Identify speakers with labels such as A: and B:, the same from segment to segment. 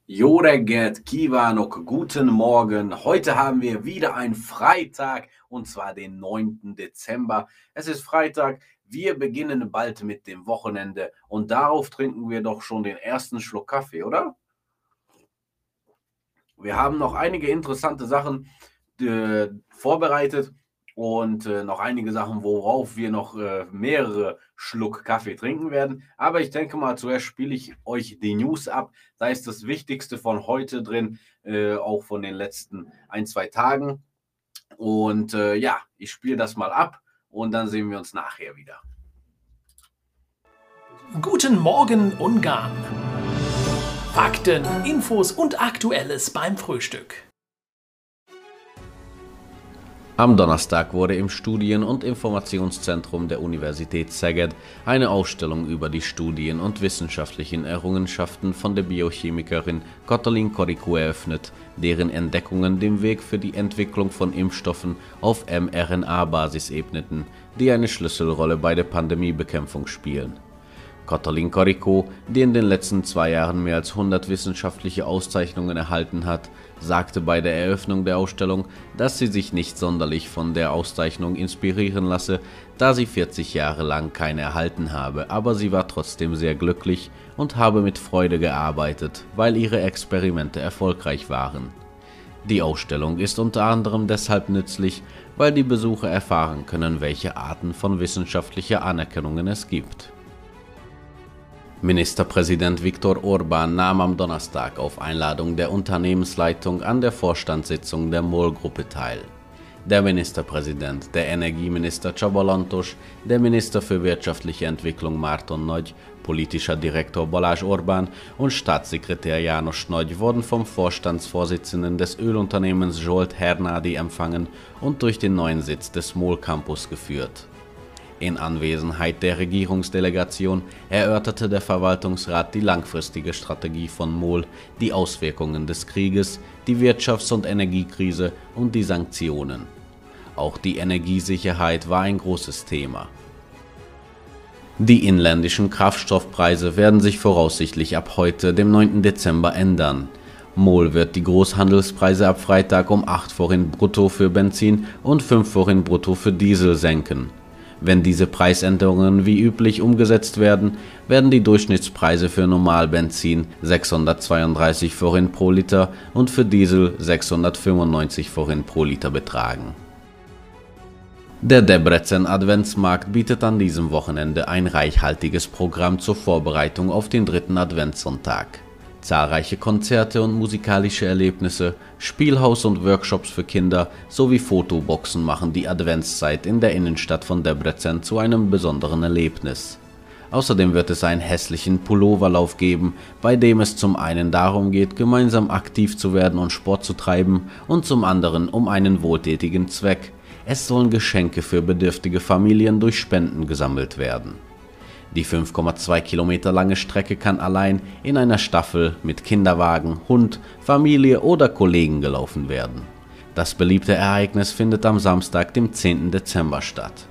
A: Jo reggelt, kívánok, guten Morgen. Heute haben wir wieder einen Freitag und zwar den 9. Dezember. Es ist Freitag, wir beginnen bald mit dem Wochenende und darauf trinken wir doch schon den ersten Schluck Kaffee, oder? Wir haben noch einige interessante Sachen vorbereitet und noch einige Sachen, worauf wir noch mehrere Schluck Kaffee trinken werden. Aber ich denke mal, zuerst spiele ich euch die News ab. Da ist das Wichtigste von heute drin, auch von den letzten 1, 2 Tagen. Und ja, ich spiele das mal ab und dann sehen wir uns nachher wieder.
B: Guten Morgen, Ungarn! Fakten, Infos und Aktuelles beim Frühstück.
C: Am Donnerstag wurde im Studien- und Informationszentrum der Universität Szeged eine Ausstellung über die Studien und wissenschaftlichen Errungenschaften von der Biochemikerin Katalin Karikó eröffnet, deren Entdeckungen den Weg für die Entwicklung von Impfstoffen auf mRNA-Basis ebneten, die eine Schlüsselrolle bei der Pandemiebekämpfung spielen. Katalin Karikó, die in den letzten 2 Jahren mehr als 100 wissenschaftliche Auszeichnungen erhalten hat, sagte bei der Eröffnung der Ausstellung, dass sie sich nicht sonderlich von der Auszeichnung inspirieren lasse, da sie 40 Jahre lang keine erhalten habe, aber sie war trotzdem sehr glücklich und habe mit Freude gearbeitet, weil ihre Experimente erfolgreich waren. Die Ausstellung ist unter anderem deshalb nützlich, weil die Besucher erfahren können, welche Arten von wissenschaftlicher Anerkennungen es gibt. Ministerpräsident Viktor Orbán nahm am Donnerstag auf Einladung der Unternehmensleitung an der Vorstandssitzung der MOL-Gruppe teil. Der Ministerpräsident, der Energieminister Csaba Lantos, der Minister für wirtschaftliche Entwicklung Márton Nagy, politischer Direktor Balázs Orbán und Staatssekretär János Nagy wurden vom Vorstandsvorsitzenden des Ölunternehmens Zsolt Hernádi empfangen und durch den neuen Sitz des MOL-Campus geführt. In Anwesenheit der Regierungsdelegation erörterte der Verwaltungsrat die langfristige Strategie von MOL, die Auswirkungen des Krieges, die Wirtschafts- und Energiekrise und die Sanktionen. Auch die Energiesicherheit war ein großes Thema. Die inländischen Kraftstoffpreise werden sich voraussichtlich ab heute, dem 9. Dezember, ändern. MOL wird die Großhandelspreise ab Freitag um 8 Forint brutto für Benzin und 5 Forint brutto für Diesel senken. Wenn diese Preisänderungen wie üblich umgesetzt werden, werden die Durchschnittspreise für Normalbenzin 632 Forint pro Liter und für Diesel 695 Forint pro Liter betragen. Der Debrecen Adventsmarkt bietet an diesem Wochenende ein reichhaltiges Programm zur Vorbereitung auf den 3. Adventssonntag. Zahlreiche Konzerte und musikalische Erlebnisse, Spielhaus und Workshops für Kinder sowie Fotoboxen machen die Adventszeit in der Innenstadt von Debrecen zu einem besonderen Erlebnis. Außerdem wird es einen hässlichen Pulloverlauf geben, bei dem es zum einen darum geht, gemeinsam aktiv zu werden und Sport zu treiben und zum anderen um einen wohltätigen Zweck. Es sollen Geschenke für bedürftige Familien durch Spenden gesammelt werden. Die 5,2 Kilometer lange Strecke kann allein in einer Staffel mit Kinderwagen, Hund, Familie oder Kollegen gelaufen werden. Das beliebte Ereignis findet am Samstag, dem 10. Dezember statt.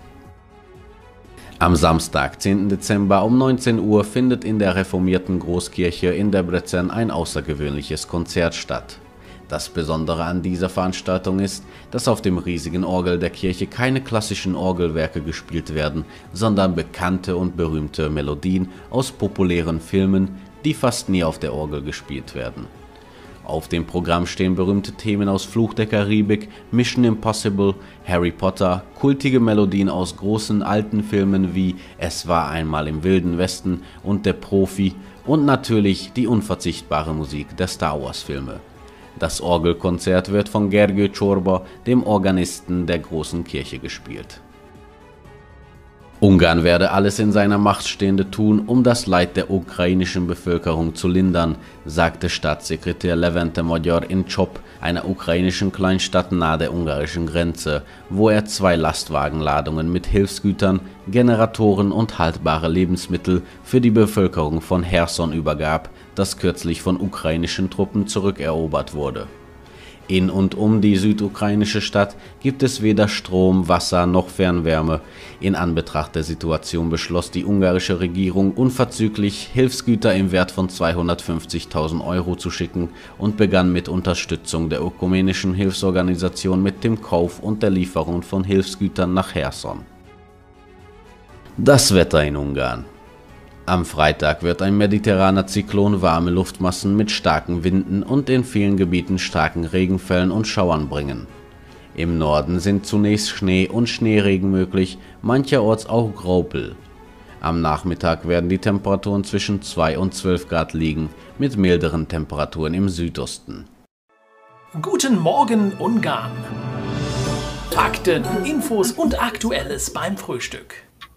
C: Am Samstag, 10. Dezember um 19 Uhr findet in der reformierten Großkirche in Debrecen ein außergewöhnliches Konzert statt. Das Besondere an dieser Veranstaltung ist, dass auf dem riesigen Orgel der Kirche keine klassischen Orgelwerke gespielt werden, sondern bekannte und berühmte Melodien aus populären Filmen, die fast nie auf der Orgel gespielt werden. Auf dem Programm stehen berühmte Themen aus Fluch der Karibik, Mission Impossible, Harry Potter, kultige Melodien aus großen alten Filmen wie Es war einmal im Wilden Westen und Der Profi und natürlich die unverzichtbare Musik der Star Wars Filme. Das Orgelkonzert wird von Gergő Csorba, dem Organisten der großen Kirche, gespielt. Ungarn werde alles in seiner Macht Stehende tun, um das Leid der ukrainischen Bevölkerung zu lindern, sagte Staatssekretär Levente Magyar in Csop, einer ukrainischen Kleinstadt nahe der ungarischen Grenze, wo er 2 Lastwagenladungen mit Hilfsgütern, Generatoren und haltbare Lebensmittel für die Bevölkerung von Cherson übergab, das kürzlich von ukrainischen Truppen zurückerobert wurde. In und um die südukrainische Stadt gibt es weder Strom, Wasser noch Fernwärme. In Anbetracht der Situation beschloss die ungarische Regierung unverzüglich, Hilfsgüter im Wert von 250.000 Euro zu schicken und begann mit Unterstützung der ökumenischen Hilfsorganisation mit dem Kauf und der Lieferung von Hilfsgütern nach Cherson. Das Wetter in Ungarn. Am Freitag wird ein mediterraner Zyklon warme Luftmassen mit starken Winden und in vielen Gebieten starken Regenfällen und Schauern bringen. Im Norden sind zunächst Schnee und Schneeregen möglich, mancherorts auch Graupel. Am Nachmittag werden die Temperaturen zwischen 2 und 12 Grad liegen, mit milderen Temperaturen im Südosten.
B: Guten Morgen Ungarn. Fakten, Infos und Aktuelles beim Frühstück.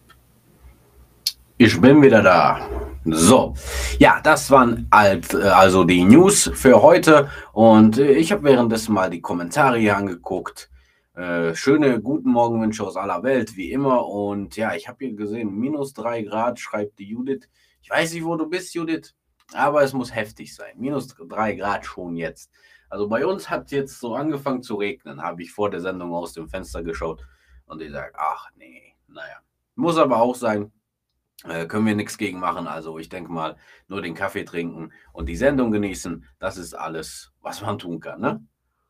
A: Ich bin wieder da. So, ja, das waren also die News für heute und ich habe währenddessen mal die Kommentare hier angeguckt. Schöne guten Morgenwünsche aus aller Welt, wie immer. Und ja, ich habe hier gesehen, -3 Grad, schreibt die Judith. Ich weiß nicht, wo du bist, Judith, aber es muss heftig sein. -3 Grad schon jetzt. Also bei uns hat jetzt so angefangen zu regnen, habe ich vor der Sendung aus dem Fenster geschaut und ich sage, ach nee, naja. Muss aber auch sein. Können wir nichts gegen machen. Also ich denke mal, nur den Kaffee trinken und die Sendung genießen, das ist alles, was man tun kann. Ne?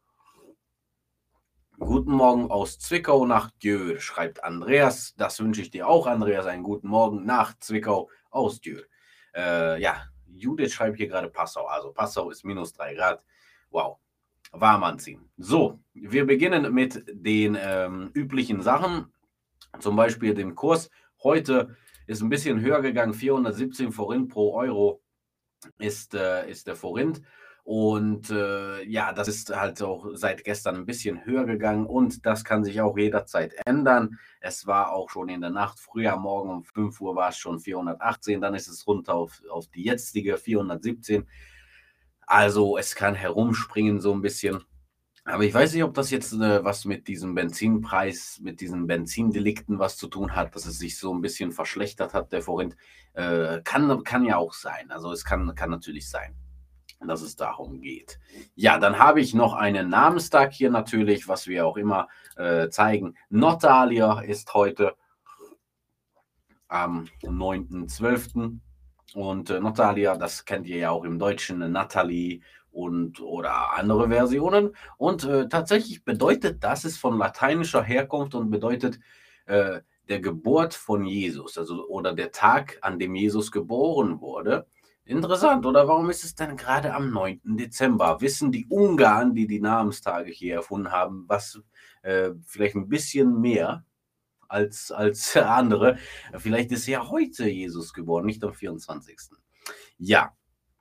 A: Guten Morgen aus Zwickau nach Djör, schreibt Andreas. Das wünsche ich dir auch, Andreas, einen guten Morgen nach Zwickau aus Djör. Ja, Judith schreibt hier gerade Passau. Also Passau ist -3 Grad. Wow, warm anziehen. So, wir beginnen mit den üblichen Sachen. Zum Beispiel den Kurs. Heute ist ein bisschen höher gegangen, 417 Forint pro Euro ist der Forint. Und ja, das ist halt auch seit gestern ein bisschen höher gegangen und das kann sich auch jederzeit ändern. Es war auch schon in der Nacht, früher morgen um 5 Uhr war es schon 418, dann ist es runter auf die jetzige 417. Also es kann herumspringen so ein bisschen. Aber ich weiß nicht, ob das jetzt was mit diesem Benzinpreis, mit diesen Benzindelikten was zu tun hat, dass es sich so ein bisschen verschlechtert hat, der Forint. Kann ja auch sein. Also es kann natürlich sein, dass es darum geht. Ja, dann habe ich noch einen Namenstag hier natürlich, was wir auch immer zeigen. Natalia ist heute am 9.12. Und Natalia, das kennt ihr ja auch im Deutschen, Natalie oder andere Versionen. Und tatsächlich bedeutet das, ist von lateinischer Herkunft und bedeutet der Geburt von Jesus, also oder der Tag, an dem Jesus geboren wurde. Interessant, oder warum ist es denn gerade am 9. Dezember? Wissen die Ungarn, die die Namenstage hier erfunden haben, was vielleicht ein bisschen mehr als andere? Vielleicht ist ja heute Jesus geboren, nicht am 24. Ja,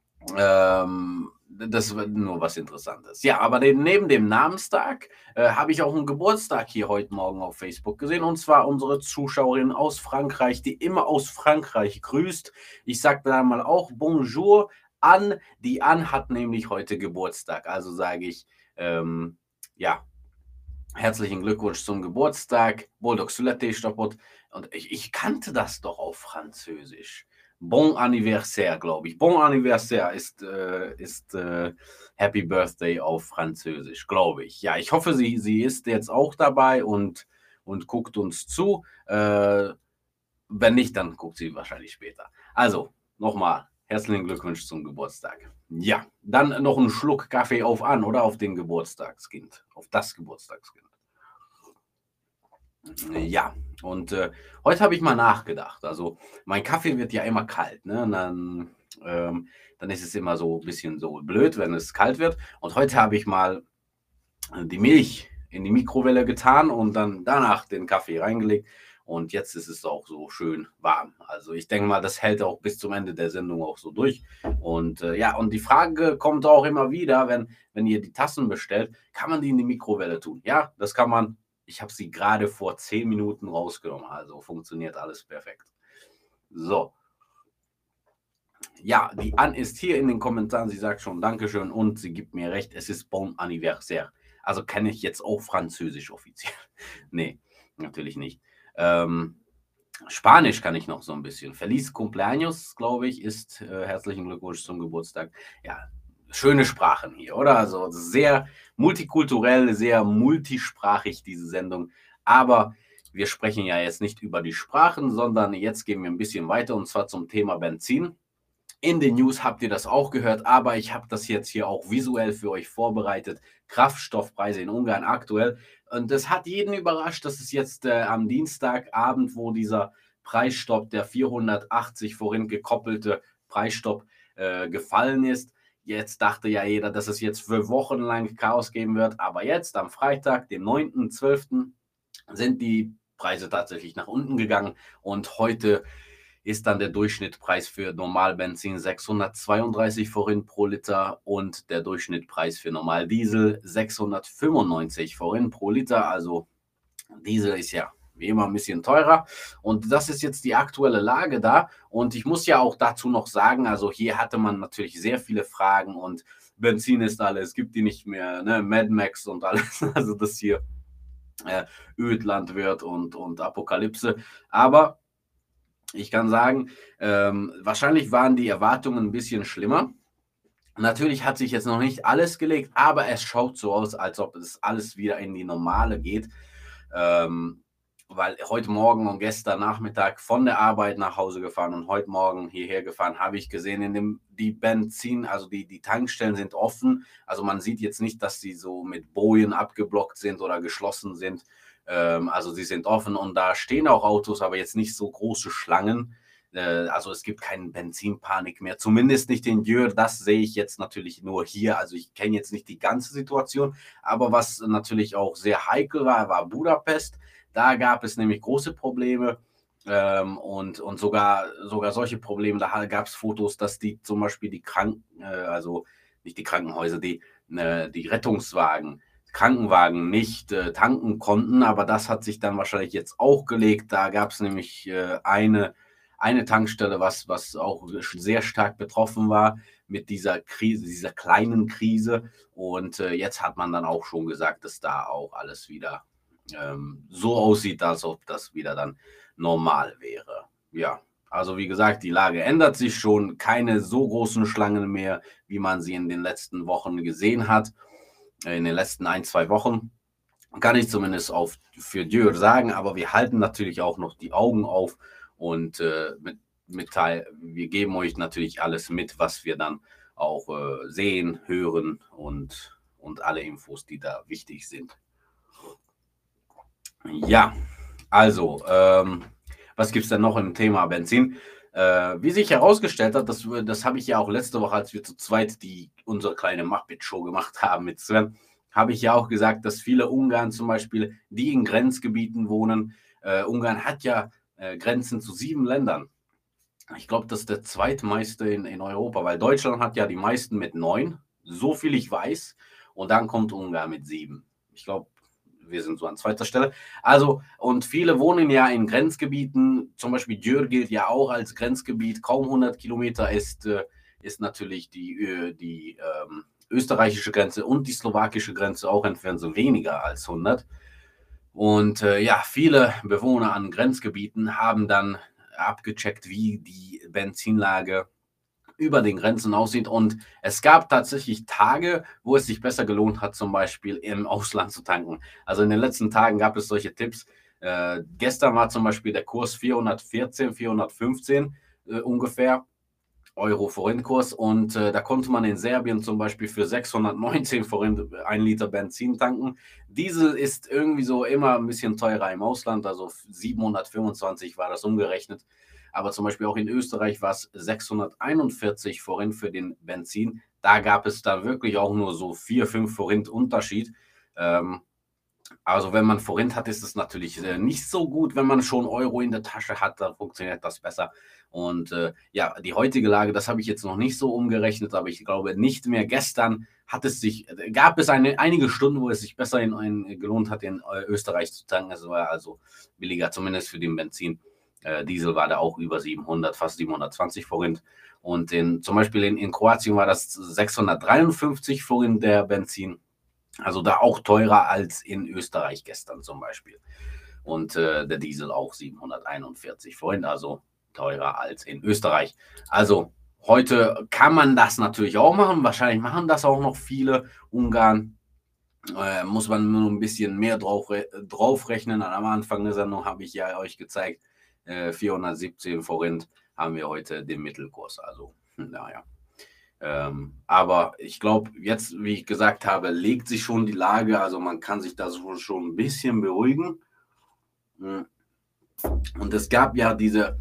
A: das war nur was Interessantes. Ja, aber neben dem Namenstag habe ich auch einen Geburtstag hier heute Morgen auf Facebook gesehen. Und zwar unsere Zuschauerin aus Frankreich, die immer aus Frankreich grüßt. Ich sage da mal auch Bonjour an. Die Ann hat nämlich heute Geburtstag. Also sage ich, ja, herzlichen Glückwunsch zum Geburtstag. Boldog Születésnapot. Und ich kannte das doch auf Französisch. Bon anniversaire, glaube ich. Bon anniversaire ist Happy Birthday auf Französisch, glaube ich. Ja, ich hoffe, sie ist jetzt auch dabei und guckt uns zu. Wenn nicht, dann guckt sie wahrscheinlich später. Also, nochmal, herzlichen Glückwunsch zum Geburtstag. Ja, dann noch einen Schluck Kaffee auf Ann oder auf den Geburtstagskind, auf das Geburtstagskind. Ja, und heute habe ich mal nachgedacht. Also mein Kaffee wird ja immer kalt, ne? Und dann ist es immer so ein bisschen so blöd, wenn es kalt wird. Und heute habe ich mal die Milch in die Mikrowelle getan und dann danach den Kaffee reingelegt. Und jetzt ist es auch so schön warm. Also ich denke mal, das hält auch bis zum Ende der Sendung auch so durch. Und ja, und die Frage kommt auch immer wieder, wenn ihr die Tassen bestellt, kann man die in die Mikrowelle tun? Ja, das kann man. Ich habe sie gerade vor 10 Minuten rausgenommen, also funktioniert alles perfekt. So. Ja, die Ann ist hier in den Kommentaren, sie sagt schon Dankeschön und sie gibt mir recht, es ist Bon Anniversaire. Also kenne ich jetzt auch Französisch offiziell. Nee, natürlich nicht. Spanisch kann ich noch so ein bisschen. Feliz Cumpleaños, glaube ich, ist herzlichen Glückwunsch zum Geburtstag. Ja, schöne Sprachen hier, oder? Also sehr multikulturell, sehr multisprachig, diese Sendung. Aber wir sprechen ja jetzt nicht über die Sprachen, sondern jetzt gehen wir ein bisschen weiter, und zwar zum Thema Benzin. In den News habt ihr das auch gehört, aber ich habe das jetzt hier auch visuell für euch vorbereitet. Kraftstoffpreise in Ungarn aktuell. Und das hat jeden überrascht, dass es jetzt am Dienstagabend, wo dieser Preisstopp, der 480 vorhin gekoppelte Preisstopp gefallen ist. Jetzt dachte ja jeder, dass es jetzt für Wochen lang Chaos geben wird. Aber jetzt am Freitag, dem 9.12., sind die Preise tatsächlich nach unten gegangen. Und heute ist dann der Durchschnittspreis für Normalbenzin 632 Forint pro Liter und der Durchschnittspreis für Normaldiesel 695 Forint pro Liter. Also Diesel ist ja wie immer ein bisschen teurer, und das ist jetzt die aktuelle Lage da. Und ich muss ja auch dazu noch sagen, also hier hatte man natürlich sehr viele Fragen, und Benzin ist alles, es gibt die nicht mehr, ne? Mad Max und alles, also das hier Ödland wird und Apokalypse. Aber ich kann sagen, wahrscheinlich waren die Erwartungen ein bisschen schlimmer. Natürlich hat sich jetzt noch nicht alles gelegt, aber es schaut so aus, als ob es alles wieder in die Normale geht. Weil heute Morgen und gestern Nachmittag von der Arbeit nach Hause gefahren und heute Morgen hierher gefahren, habe ich gesehen, die Benzin, also die Tankstellen sind offen. Also man sieht jetzt nicht, dass sie so mit Bojen abgeblockt sind oder geschlossen sind. Also sie sind offen, und da stehen auch Autos, aber jetzt nicht so große Schlangen. Also es gibt keine Benzinpanik mehr, zumindest nicht in Győr. Das sehe ich jetzt natürlich nur hier. Also ich kenne jetzt nicht die ganze Situation, aber was natürlich auch sehr heikel war Budapest. Da gab es nämlich große Probleme, und sogar solche Probleme. Da gab es Fotos, dass die zum Beispiel also nicht die Krankenhäuser, die Krankenwagen nicht tanken konnten, aber das hat sich dann wahrscheinlich jetzt auch gelegt. Da gab es nämlich eine Tankstelle, was auch sehr stark betroffen war mit dieser Krise, dieser kleinen Krise. Und jetzt hat man dann auch schon gesagt, dass da auch alles wieder so aussieht, als ob das wieder dann normal wäre. Ja, also wie gesagt, die Lage ändert sich schon. Keine so großen Schlangen mehr, wie man sie in den letzten Wochen gesehen hat. In den letzten 1-2 Wochen. Kann ich zumindest für Győr sagen, aber wir halten natürlich auch noch die Augen auf, und wir geben euch natürlich alles mit, was wir dann auch sehen, hören und alle Infos, die da wichtig sind. Ja, also, was gibt es denn noch im Thema Benzin? Wie sich herausgestellt hat, das habe ich ja auch letzte Woche, als wir zu zweit unsere kleine Muppet-Show gemacht haben mit Sven, habe ich ja auch gesagt, dass viele Ungarn zum Beispiel, die in Grenzgebieten wohnen, Ungarn hat ja Grenzen zu 7 Ländern. Ich glaube, das ist der zweitmeiste in Europa, weil Deutschland hat ja die meisten mit 9, so viel ich weiß, und dann kommt Ungarn mit 7. Ich glaube, wir sind so an zweiter Stelle. Also, und viele wohnen ja in Grenzgebieten, zum Beispiel Győr gilt ja auch als Grenzgebiet, kaum 100 Kilometer ist natürlich die österreichische Grenze und die slowakische Grenze auch entfernt, so weniger als 100. Und ja, viele Bewohner an Grenzgebieten haben dann abgecheckt, wie die Benzinlage über den Grenzen aussieht. Und es gab tatsächlich Tage, wo es sich besser gelohnt hat, zum Beispiel im Ausland zu tanken. Also in den letzten Tagen gab es solche Tipps. Gestern war zum Beispiel der Kurs 414, 415 ungefähr Euro Forintkurs, und da konnte man in Serbien zum Beispiel für 619 Forint 1 Liter Benzin tanken. Diesel ist irgendwie so immer ein bisschen teurer im Ausland, also 725 war das umgerechnet. Aber zum Beispiel auch in Österreich war es 641 Forint für den Benzin. Da gab es dann wirklich auch nur so 4-5 Forint Unterschied. Also wenn man Forint hat, ist es natürlich nicht so gut. Wenn man schon Euro in der Tasche hat, dann funktioniert das besser. Und ja, die heutige Lage, das habe ich jetzt noch nicht so umgerechnet, aber ich glaube nicht mehr. Gestern gab es einige Stunden, wo es sich besser gelohnt hat, in Österreich zu tanken. Es war also billiger, zumindest für den Benzin. Diesel war da auch über 700, fast 720 Forint. Und zum Beispiel in Kroatien war das 653 Forint der Benzin. Also da auch teurer als in Österreich gestern zum Beispiel. Und der Diesel auch 741 Forint, also teurer als in Österreich. Also Heute kann man das natürlich auch machen. Wahrscheinlich machen das auch noch viele Ungarn. Muss man nur ein bisschen mehr drauf rechnen. Am Anfang der Sendung habe ich ja euch gezeigt, 417 Forint haben wir heute den Mittelkurs. Also, naja. Aber ich glaube, jetzt, wie ich gesagt habe, legt sich schon die Lage. Also man kann sich da schon ein bisschen beruhigen. Und es gab ja diese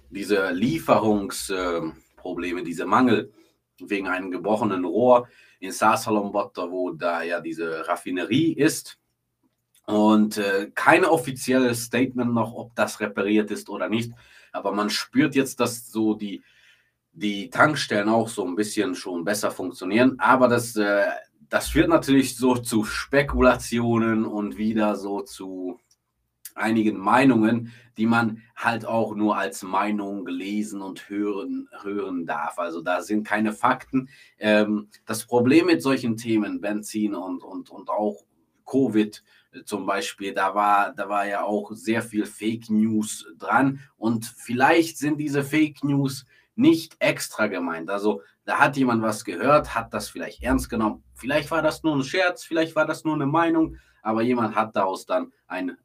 A: Lieferungsprobleme, diese Mangel wegen einem gebrochenen Rohr in Százhalombatta, wo da ja diese Raffinerie ist. Und kein offizielles Statement noch, ob das repariert ist oder nicht. Aber man spürt jetzt, dass so die Tankstellen auch so ein bisschen schon besser funktionieren. Aber das führt natürlich so zu Spekulationen und wieder so zu einigen Meinungen, die man halt auch nur als Meinung lesen und hören darf. Also da sind keine Fakten. Das Problem mit solchen Themen, Benzin und auch Covid zum Beispiel, da war ja auch sehr viel Fake News dran. Und vielleicht sind diese Fake News nicht extra gemeint. Also da hat jemand was gehört, hat das vielleicht ernst genommen. Vielleicht war das nur ein Scherz, vielleicht war das nur eine Meinung, aber jemand hat daraus dann einen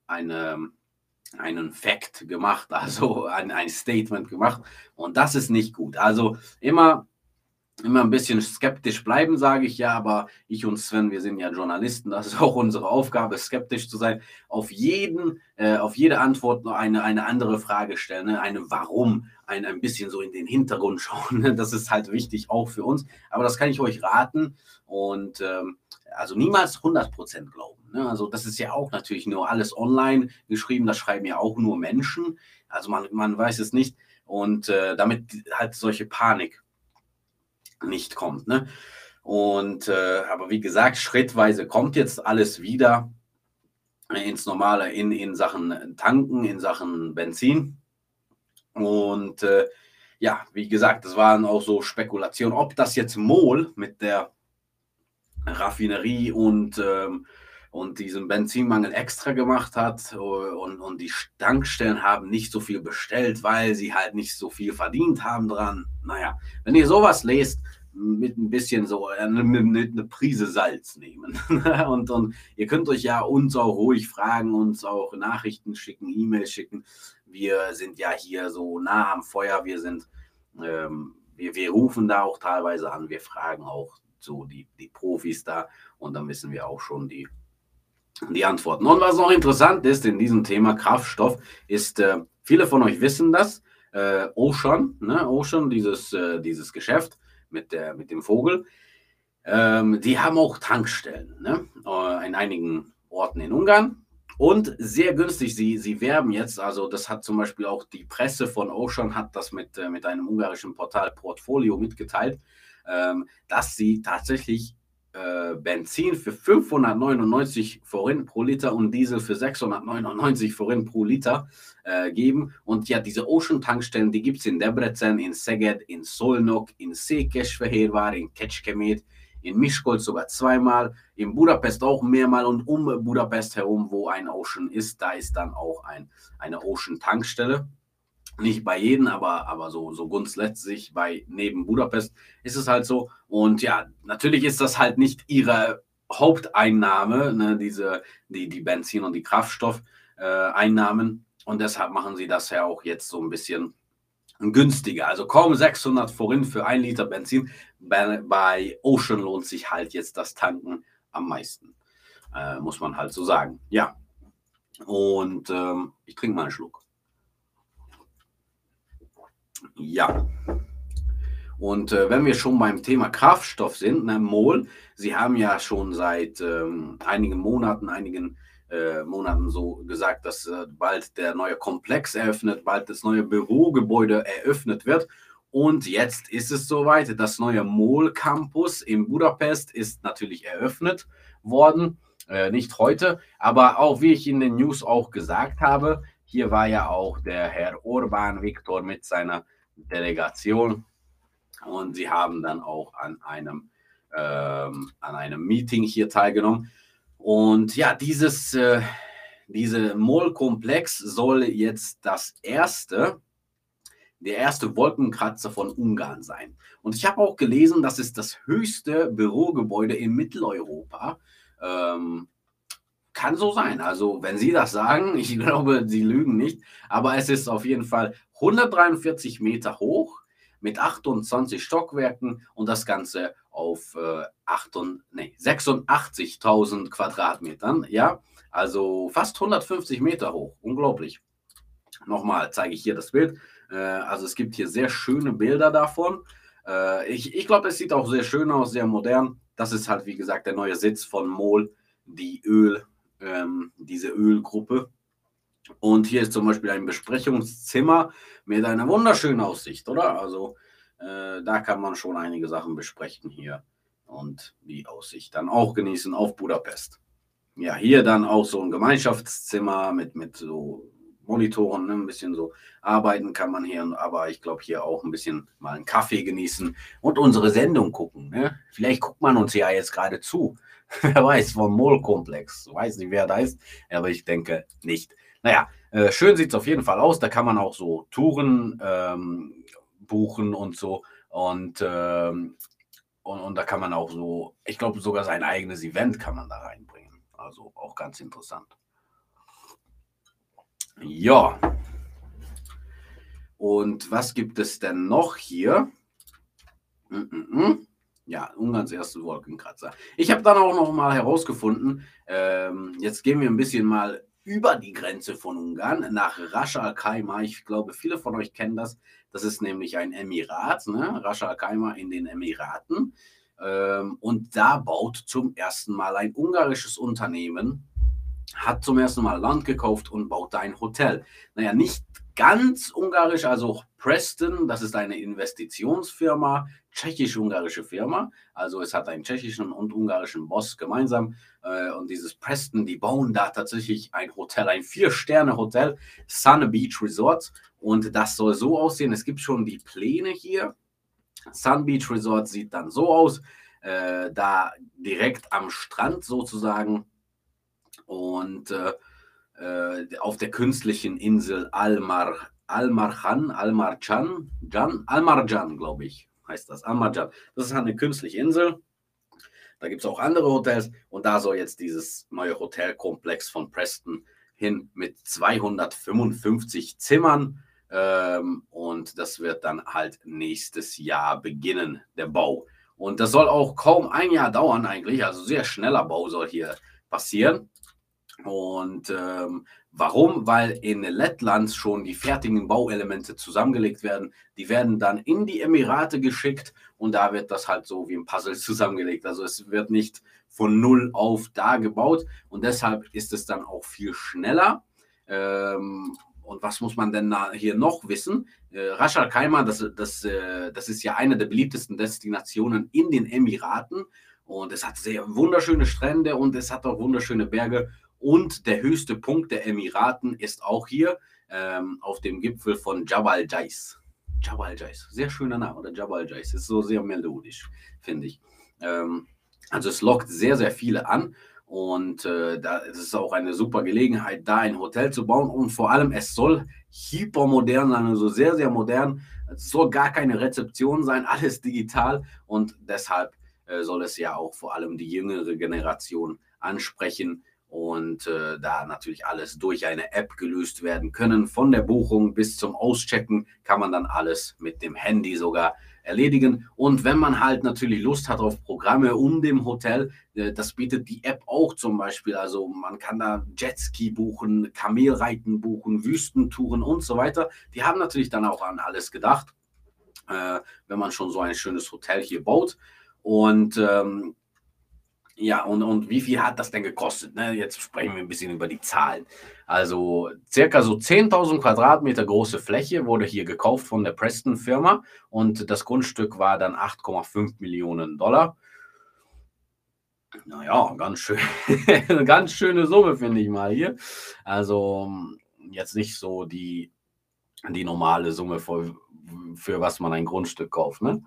A: Fact gemacht, also ein Statement gemacht. Und das ist nicht gut. Also immer ein bisschen skeptisch bleiben, sage ich ja, aber ich und Sven, wir sind ja Journalisten, das ist auch unsere Aufgabe, skeptisch zu sein. Auf jede Antwort noch eine andere Frage stellen, ne? Eine Warum, ein bisschen so in den Hintergrund schauen. Ne? Das ist halt wichtig auch für uns, aber das kann ich euch raten und also niemals 100% glauben. Ne? Also das ist ja auch natürlich nur alles online geschrieben, das schreiben ja auch nur Menschen, also man weiß es nicht und damit halt solche Panik nicht kommt. Ne? Und aber wie gesagt, schrittweise kommt jetzt alles wieder ins Normale in Sachen Tanken, in Sachen Benzin. Und ja, wie gesagt, das waren auch so Spekulationen, ob das jetzt MOL mit der Raffinerie und diesem Benzinmangel extra gemacht hat und die Tankstellen haben nicht so viel bestellt, weil sie halt nicht so viel verdient haben dran. Naja, wenn ihr sowas lest, mit ein bisschen so eine Prise Salz nehmen. und ihr könnt euch ja uns auch ruhig fragen, uns auch Nachrichten schicken, E-Mails schicken. Wir sind ja hier so nah am Feuer, wir rufen da auch teilweise an, wir fragen auch so die Profis da und dann wissen wir auch schon die Antworten. Und was noch interessant ist in diesem Thema Kraftstoff, ist, viele von euch wissen das, Ocean, ne? Ocean, dieses Geschäft mit dem Vogel, die haben auch Tankstellen, ne? In einigen Orten in Ungarn und sehr günstig. Sie werben jetzt, also das hat zum Beispiel auch die Presse von Ocean hat das mit einem ungarischen Portal Portfolio mitgeteilt, dass sie tatsächlich Benzin für 599 Forint pro Liter und Diesel für 699 Forint pro Liter geben. Und ja, diese Ocean-Tankstellen, die gibt es in Debrecen, in Szeged, in Szolnok, in Székesfehérvár, in Kecskemét, in Miskolc sogar zweimal, in Budapest auch mehrmal und um Budapest herum, wo ein Ocean ist, da ist dann auch eine Ocean-Tankstelle. Nicht bei jedem, aber so grundsätzlich neben Budapest ist es halt so. Und ja, natürlich ist das halt nicht ihre Haupteinnahme, ne, die Benzin- und die Kraftstoffeinnahmen. Und deshalb machen sie das ja auch jetzt so ein bisschen günstiger. Also kaum 600 Forint für 1 Liter Benzin. Bei Ocean lohnt sich halt jetzt das Tanken am meisten. Muss man halt so sagen. Ja. Und ich trinke mal einen Schluck. Ja, und wenn wir schon beim Thema Kraftstoff sind, ne, MOL, sie haben ja schon seit einigen Monaten so gesagt, dass bald der neue Komplex eröffnet, bald das neue Bürogebäude eröffnet wird. Und jetzt ist es soweit, das neue MOL Campus in Budapest ist natürlich eröffnet worden, nicht heute, aber auch wie ich in den News auch gesagt habe, hier war ja auch der Herr Orbán Viktor mit seiner Delegation und sie haben dann auch an einem Meeting hier teilgenommen. Und ja, diese MOL-Komplex soll jetzt das erste der erste Wolkenkratzer von Ungarn sein. Und ich habe auch gelesen, das ist das höchste Bürogebäude in Mitteleuropa. Kann so sein. Also, wenn Sie das sagen, ich glaube, Sie lügen nicht, aber es ist auf jeden Fall 143 Meter hoch mit 28 Stockwerken und das Ganze auf 86.000 Quadratmetern. Ja, also fast 150 Meter hoch. Unglaublich. Nochmal zeige ich hier das Bild. Also es gibt hier sehr schöne Bilder davon. Ich glaube, es sieht auch sehr schön aus, sehr modern. Das ist halt, wie gesagt, der neue Sitz von MOL, diese Ölgruppe. Und hier ist zum Beispiel ein Besprechungszimmer mit einer wunderschönen Aussicht, oder? Also da kann man schon einige Sachen besprechen hier und die Aussicht dann auch genießen auf Budapest. Ja, hier dann auch so ein Gemeinschaftszimmer mit so Monitoren, ne? Ein bisschen so arbeiten kann man hier, aber ich glaube hier auch ein bisschen mal einen Kaffee genießen und unsere Sendung gucken. Ne? Vielleicht guckt man uns ja jetzt gerade zu. Wer weiß, vom MOL-Komplex. Weiß nicht, wer da ist, aber ich denke nicht. Naja, schön sieht es auf jeden Fall aus. Da kann man auch so Touren buchen und so. Und da kann man auch so, ich glaube sogar sein eigenes Event kann man da reinbringen. Also auch ganz interessant. Ja. Und was gibt es denn noch hier? Ja, Ungarns ersten Wolkenkratzer. Ich habe dann auch noch mal herausgefunden, jetzt gehen wir ein bisschen mal über die Grenze von Ungarn nach Ras Al Khaimah. Ich glaube, viele von euch kennen das. Das ist nämlich ein Emirat, ne? Ras Al Khaimah in den Emiraten. Und da baut zum ersten Mal ein ungarisches Unternehmen, hat zum ersten Mal Land gekauft und baut da ein Hotel. Naja, nicht ganz ungarisch, also Preston, das ist eine Investitionsfirma, tschechisch-ungarische Firma. Also es hat einen tschechischen und ungarischen Boss gemeinsam. Und dieses Preston, die bauen da tatsächlich ein Hotel, ein 4-Sterne-Hotel, Sun Beach Resort. Und das soll so aussehen, es gibt schon die Pläne hier. Sun Beach Resort sieht dann so aus, da direkt am Strand sozusagen. Und auf der künstlichen Insel Al-Marjan, glaube ich, heißt das. Al-Marjan. Das ist eine künstliche Insel. Da gibt es auch andere Hotels. Und da soll jetzt dieses neue Hotelkomplex von Preston hin mit 255 Zimmern. Und das wird dann halt nächstes Jahr beginnen, der Bau. Und das soll auch kaum ein Jahr dauern eigentlich. Also sehr schneller Bau soll hier passieren. Und warum? Weil in Lettland schon die fertigen Bauelemente zusammengelegt werden. Die werden dann in die Emirate geschickt und da wird das halt so wie ein Puzzle zusammengelegt. Also es wird nicht von null auf da gebaut und deshalb ist es dann auch viel schneller. Und was muss man denn hier noch wissen? Ras Al Khaimah, das ist ja eine der beliebtesten Destinationen in den Emiraten und es hat sehr wunderschöne Strände und es hat auch wunderschöne Berge. Und der höchste Punkt der Emiraten ist auch hier auf dem Gipfel von Jabal Jais. Jabal Jais, sehr schöner Name, oder? Jabal Jais, ist so sehr melodisch, finde ich. Also es lockt sehr, sehr viele an und es ist auch eine super Gelegenheit, da ein Hotel zu bauen und vor allem, es soll hypermodern sein, also sehr, sehr modern. Es soll gar keine Rezeption sein, alles digital und deshalb soll es ja auch vor allem die jüngere Generation ansprechen. Und da natürlich alles durch eine App gelöst werden können. Von der Buchung bis zum Auschecken kann man dann alles mit dem Handy sogar erledigen. Und wenn man halt natürlich Lust hat auf Programme dem Hotel, das bietet die App auch zum Beispiel. Also man kann da Jetski buchen, Kamelreiten buchen, Wüstentouren und so weiter. Die haben natürlich dann auch an alles gedacht, wenn man schon so ein schönes Hotel hier baut. Und ja, und wie viel hat das denn gekostet? Ne? Jetzt sprechen wir ein bisschen über die Zahlen. Also circa so 10.000 Quadratmeter große Fläche wurde hier gekauft von der Preston-Firma und das Grundstück war dann 8,5 Millionen $. Naja, ganz schön, eine ganz schöne Summe, finde ich mal hier. Also jetzt nicht so die normale Summe für was man ein Grundstück kauft, ne?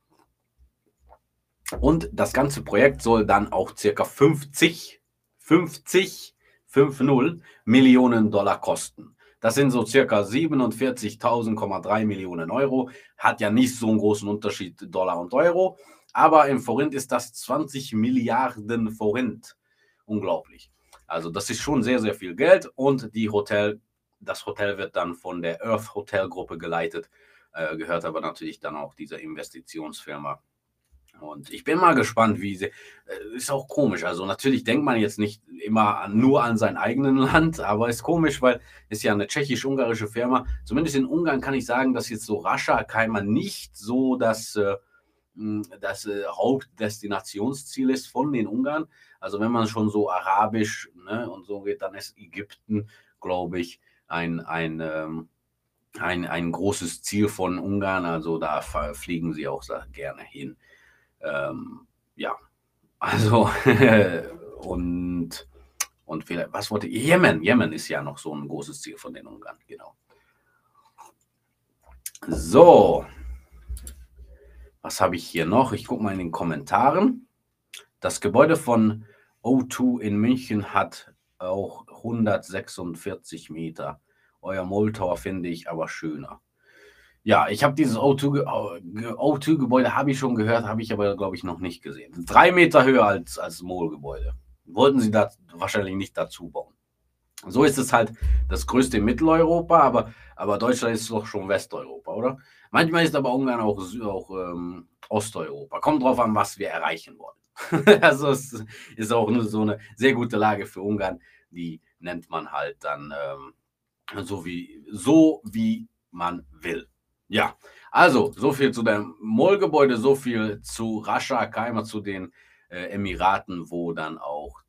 A: Und das ganze Projekt soll dann auch circa 50 Millionen $ kosten. Das sind so circa 47.000,3 Millionen Euro. Hat ja nicht so einen großen Unterschied Dollar und Euro. Aber im Forint ist das 20 Milliarden Forint. Unglaublich. Also das ist schon sehr, sehr viel Geld. Und das Hotel wird dann von der Earth Hotel Gruppe geleitet. Gehört aber natürlich dann auch dieser Investitionsfirma. Und ich bin mal gespannt, wie sie. Ist auch komisch. Also natürlich denkt man jetzt nicht immer nur an sein eigenes Land, aber ist komisch, weil es ja eine tschechisch-ungarische Firma. Zumindest in Ungarn kann ich sagen, dass jetzt so Rascha Keimer nicht so das Hauptdestinationsziel ist von den Ungarn. Also wenn man schon so arabisch, ne, und so geht, dann ist Ägypten, glaube ich, ein großes Ziel von Ungarn. Also da fliegen sie auch gerne hin. Ja, also und vielleicht, was wollte Jemen? Jemen ist ja noch so ein großes Ziel von den Ungarn, genau. So, was habe ich hier noch? Ich gucke mal in den Kommentaren. Das Gebäude von O2 in München hat auch 146 Meter. Euer Mall Tower finde ich aber schöner. Ja, ich habe dieses O2-Gebäude habe ich schon gehört, habe ich aber, glaube ich, noch nicht gesehen. 3 Meter höher als Mall-Gebäude. Wollten sie da wahrscheinlich nicht dazu bauen. So ist es halt das größte in Mitteleuropa, aber Deutschland ist doch schon Westeuropa, oder? Manchmal ist aber Ungarn auch Osteuropa. Kommt drauf an, was wir erreichen wollen. Also es ist auch nur so eine sehr gute Lage für Ungarn. Die nennt man halt dann so wie man will. Ja, also so viel zu dem Mall-Gebäude, so viel zu Rascha Keimer, zu den Emiraten, wo dann auch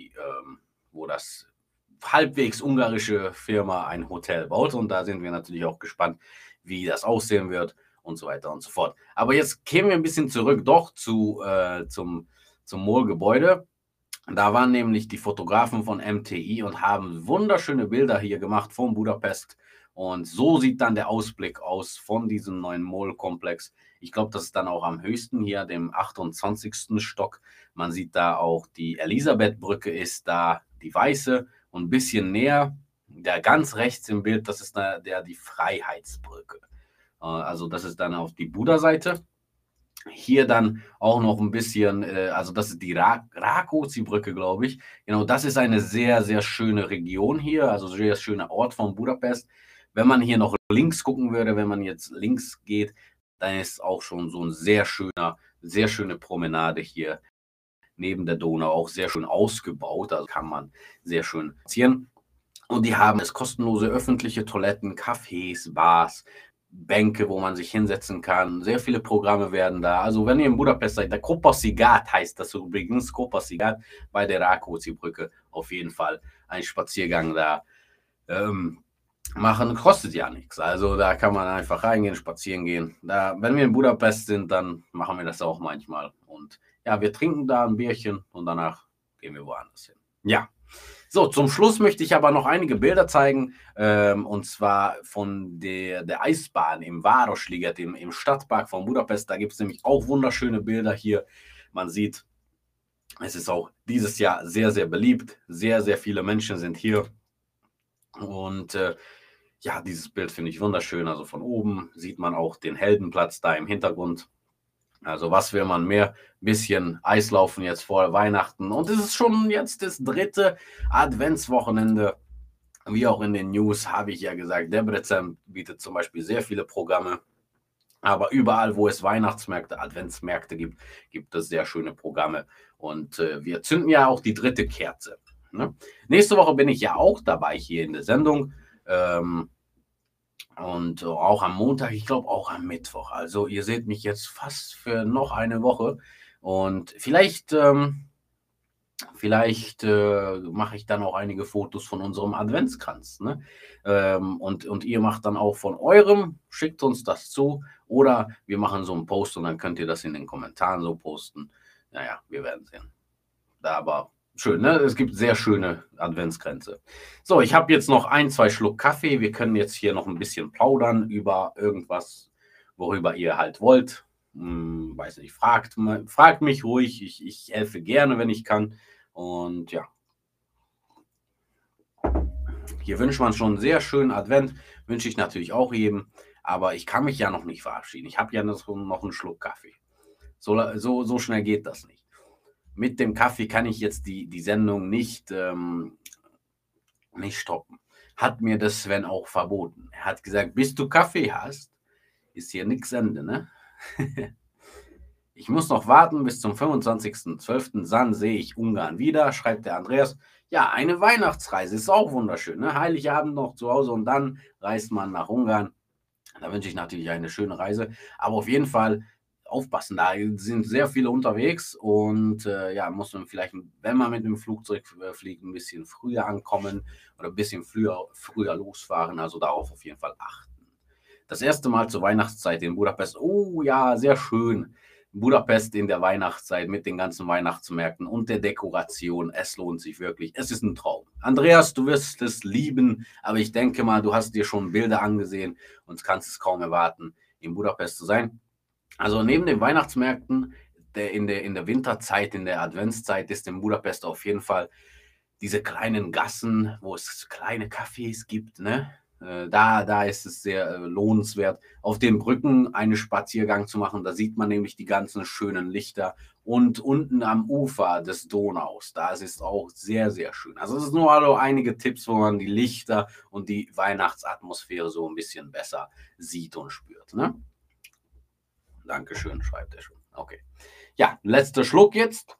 A: wo das halbwegs ungarische Firma ein Hotel baut. Und da sind wir natürlich auch gespannt, wie das aussehen wird und so weiter und so fort. Aber jetzt kämen wir ein bisschen zurück doch zum Mall-Gebäude. Da waren nämlich die Fotografen von MTI und haben wunderschöne Bilder hier gemacht von Budapest. Und so sieht dann der Ausblick aus von diesem neuen Mall-Komplex. Ich glaube, das ist dann auch am höchsten hier, dem 28. Stock. Man sieht da auch die Elisabethbrücke ist da, die weiße, und ein bisschen näher, der ganz rechts im Bild, das ist die Freiheitsbrücke. Also das ist dann auf die Buda-Seite. Hier dann auch noch ein bisschen, also das ist die Rákóczi-Brücke, glaube ich. Genau, das ist eine sehr, sehr schöne Region hier, also sehr schöner Ort von Budapest. Wenn man hier noch links gucken würde, wenn man jetzt links geht, dann ist auch schon so ein sehr schöne Promenade hier neben der Donau, auch sehr schön ausgebaut, also kann man sehr schön spazieren. Und die haben es kostenlose öffentliche Toiletten, Cafés, Bars, Bänke, wo man sich hinsetzen kann. Sehr viele Programme werden da. Also wenn ihr in Budapest seid, der Kopaszigat heißt das übrigens, Kopaszigat bei der Rákóczi-Brücke, auf jeden Fall ein Spaziergang da machen, kostet ja nichts. Also da kann man einfach reingehen, spazieren gehen. Wenn wir in Budapest sind, dann machen wir das auch manchmal. Und ja, wir trinken da ein Bierchen und danach gehen wir woanders hin. Ja. So, zum Schluss möchte ich aber noch einige Bilder zeigen, und zwar von der Eisbahn im Városliget, im Stadtpark von Budapest. Da gibt es nämlich auch wunderschöne Bilder hier. Man sieht, es ist auch dieses Jahr sehr, sehr beliebt. Sehr, sehr viele Menschen sind hier. Und ja, dieses Bild finde ich wunderschön. Also von oben sieht man auch den Heldenplatz da im Hintergrund. Also was will man mehr? Bisschen Eislaufen jetzt vor Weihnachten. Und es ist schon jetzt das 3. Adventswochenende. Wie auch in den News habe ich ja gesagt, Debrecen bietet zum Beispiel sehr viele Programme. Aber überall, wo es Weihnachtsmärkte, Adventsmärkte gibt es sehr schöne Programme. Und wir zünden ja auch die 3. Kerze. Ne? Nächste Woche bin ich ja auch dabei hier in der Sendung. Und auch am Montag, ich glaube auch am Mittwoch. Also ihr seht mich jetzt fast für noch eine Woche. Und vielleicht mache ich dann auch einige Fotos von unserem Adventskranz. Ne? Und ihr macht dann auch von eurem, schickt uns das zu. Oder wir machen so einen Post und dann könnt ihr das in den Kommentaren so posten. Naja, wir werden sehen. Aber schön, ne? Es gibt sehr schöne Adventskränze. So, ich habe jetzt noch 1, 2 Schluck Kaffee. Wir können jetzt hier noch ein bisschen plaudern über irgendwas, worüber ihr halt wollt. Weiß nicht, fragt mich ruhig. Ich helfe gerne, wenn ich kann. Und ja. Hier wünscht man schon einen sehr schönen Advent, wünsche ich natürlich auch jedem, aber ich kann mich ja noch nicht verabschieden. Ich habe ja noch einen Schluck Kaffee. So schnell geht das nicht. Mit dem Kaffee kann ich jetzt die Sendung nicht stoppen. Hat mir das Sven auch verboten. Er hat gesagt, bis du Kaffee hast, ist hier nichts Ende, ne? Ich muss noch warten bis zum 25.12. Dann sehe ich Ungarn wieder, schreibt der Andreas. Ja, eine Weihnachtsreise ist auch wunderschön, ne? Heiligabend noch zu Hause und dann reist man nach Ungarn. Da wünsche ich natürlich eine schöne Reise. Aber auf jeden Fall aufpassen, da sind sehr viele unterwegs und ja, muss man vielleicht, wenn man mit dem Flugzeug fliegt, ein bisschen früher ankommen oder ein bisschen früher losfahren. Also darauf auf jeden Fall achten. Das erste Mal zur Weihnachtszeit in Budapest. Oh ja, sehr schön. Budapest in der Weihnachtszeit mit den ganzen Weihnachtsmärkten und der Dekoration. Es lohnt sich wirklich. Es ist ein Traum. Andreas, du wirst es lieben, aber ich denke mal, du hast dir schon Bilder angesehen und kannst es kaum erwarten, in Budapest zu sein. Also neben den Weihnachtsmärkten in der Winterzeit, in der Adventszeit ist in Budapest auf jeden Fall diese kleinen Gassen, wo es kleine Cafés gibt, ne? Da ist es sehr lohnenswert, auf den Brücken einen Spaziergang zu machen. Da sieht man nämlich die ganzen schönen Lichter. Und unten am Ufer des Donaus, da ist es auch sehr, sehr schön. Also es ist nur also einige Tipps, wo man die Lichter und die Weihnachtsatmosphäre so ein bisschen besser sieht und spürt. Ne? Dankeschön, schreibt er schon. Okay. Ja, letzter Schluck jetzt.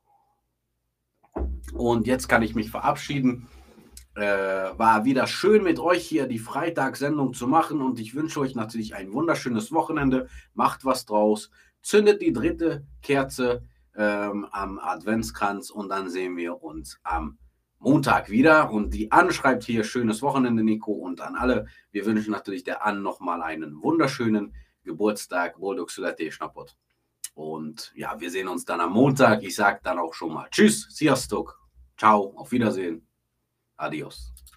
A: Und jetzt kann ich mich verabschieden. War wieder schön mit euch hier die Freitagssendung zu machen und ich wünsche euch natürlich ein wunderschönes Wochenende. Macht was draus, zündet die dritte Kerze am Adventskranz und dann sehen wir uns am Montag wieder. Und die Ann schreibt hier schönes Wochenende, Nico, und an alle. Wir wünschen natürlich der Ann nochmal einen wunderschönen Geburtstag. Boldog Születésnapot. Und ja, wir sehen uns dann am Montag. Ich sage dann auch schon mal Tschüss, Sziasztok, ciao, auf Wiedersehen. Adios.